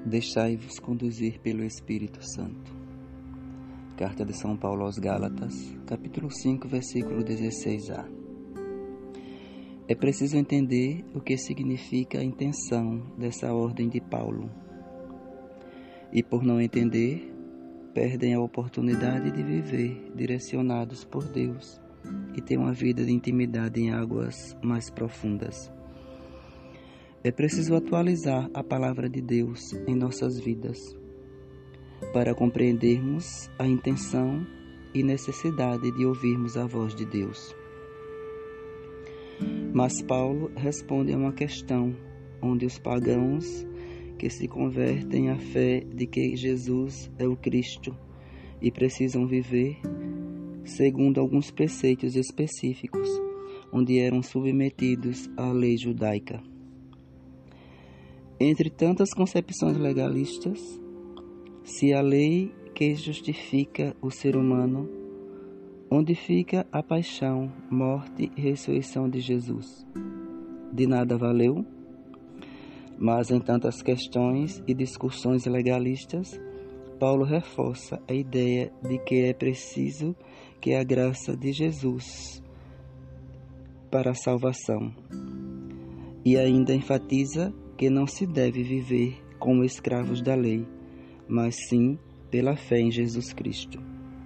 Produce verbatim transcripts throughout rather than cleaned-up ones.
Deixai-vos conduzir pelo Espírito Santo. Carta de São Paulo aos Gálatas, capítulo cinco, versículo dezesseis a. É preciso entender o que significa a intenção dessa ordem de Paulo. E por não entender, perdem a oportunidade de viver direcionados por Deus e ter uma vida de intimidade em águas mais profundas. É preciso atualizar a palavra de Deus em nossas vidas para compreendermos a intenção e necessidade de ouvirmos a voz de Deus. Mas Paulo responde a uma questão onde os pagãos que se convertem à fé de que Jesus é o Cristo e precisam viver segundo alguns preceitos específicos, onde eram submetidos à lei judaica. Entre tantas concepções legalistas, se a lei que justifica o ser humano, onde fica a paixão, morte e ressurreição de Jesus? De nada valeu? Mas em tantas questões e discussões legalistas, Paulo reforça a ideia de que é preciso que a graça de Jesus para a salvação. E ainda enfatiza que não se deve viver como escravos da lei, mas sim pela fé em Jesus Cristo.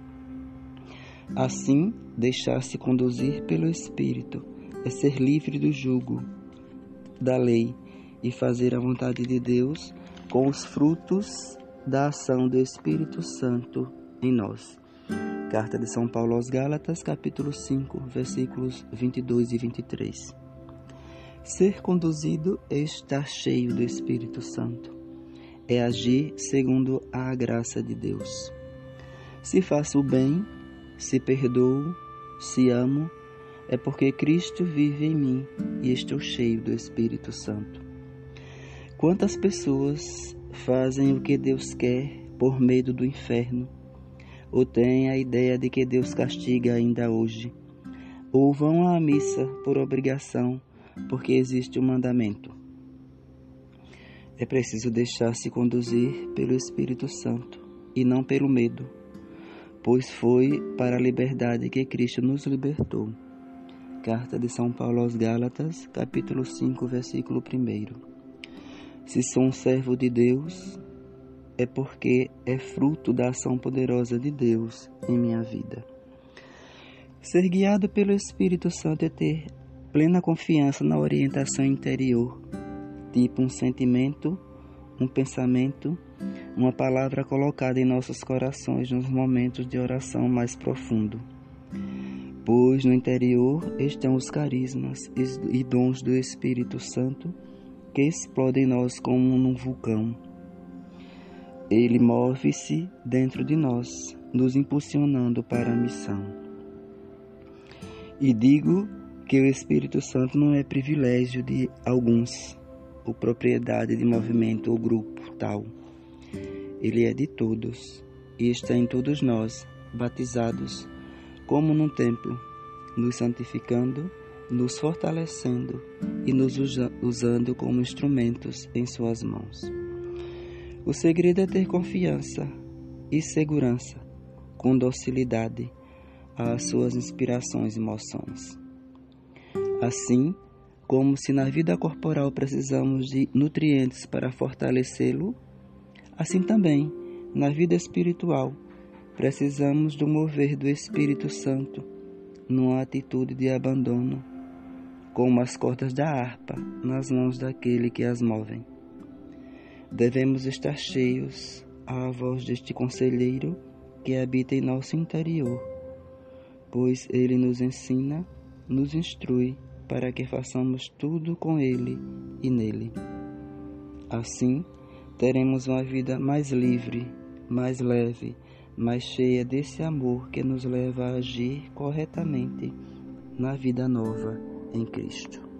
Assim, deixar-se conduzir pelo Espírito é ser livre do jugo da lei e fazer a vontade de Deus com os frutos da ação do Espírito Santo em nós. Carta de São Paulo aos Gálatas, capítulo cinco, versículos vinte e dois e vinte e três. Ser conduzido é estar cheio do Espírito Santo. É agir segundo a graça de Deus. Se faço o bem, se perdoo, se amo, é porque Cristo vive em mim e estou cheio do Espírito Santo. Quantas pessoas fazem o que Deus quer por medo do inferno, ou têm a ideia de que Deus castiga ainda hoje, ou vão à missa por obrigação, porque existe um mandamento. É preciso deixar-se conduzir pelo Espírito Santo e não pelo medo, pois foi para a liberdade que Cristo nos libertou. Carta de São Paulo aos Gálatas, capítulo cinco, versículo um. Se sou um servo de Deus, é porque é fruto da ação poderosa de Deus em minha vida. Ser guiado pelo Espírito Santo é ter plena confiança na orientação interior, tipo um sentimento, um pensamento, uma palavra colocada em nossos corações nos momentos de oração mais profundo. Pois no interior estão os carismas e dons do Espírito Santo que explodem em nós como num vulcão. Ele move-se dentro de nós, nos impulsionando para a missão. E digo que o Espírito Santo não é privilégio de alguns, ou propriedade de movimento ou grupo tal. Ele é de todos e está em todos nós, batizados, como num templo, nos santificando, nos fortalecendo e nos usa- usando como instrumentos em suas mãos. O segredo é ter confiança e segurança, com docilidade às suas inspirações e emoções. Assim, como se na vida corporal precisamos de nutrientes para fortalecê-lo, assim também, na vida espiritual, precisamos do mover do Espírito Santo numa atitude de abandono, como as cordas da harpa nas mãos daquele que as movem. Devemos estar cheios à voz deste conselheiro que habita em nosso interior, pois ele nos ensina, nos instrui, para que façamos tudo com Ele e nele. Assim, teremos uma vida mais livre, mais leve, mais cheia desse amor que nos leva a agir corretamente na vida nova em Cristo.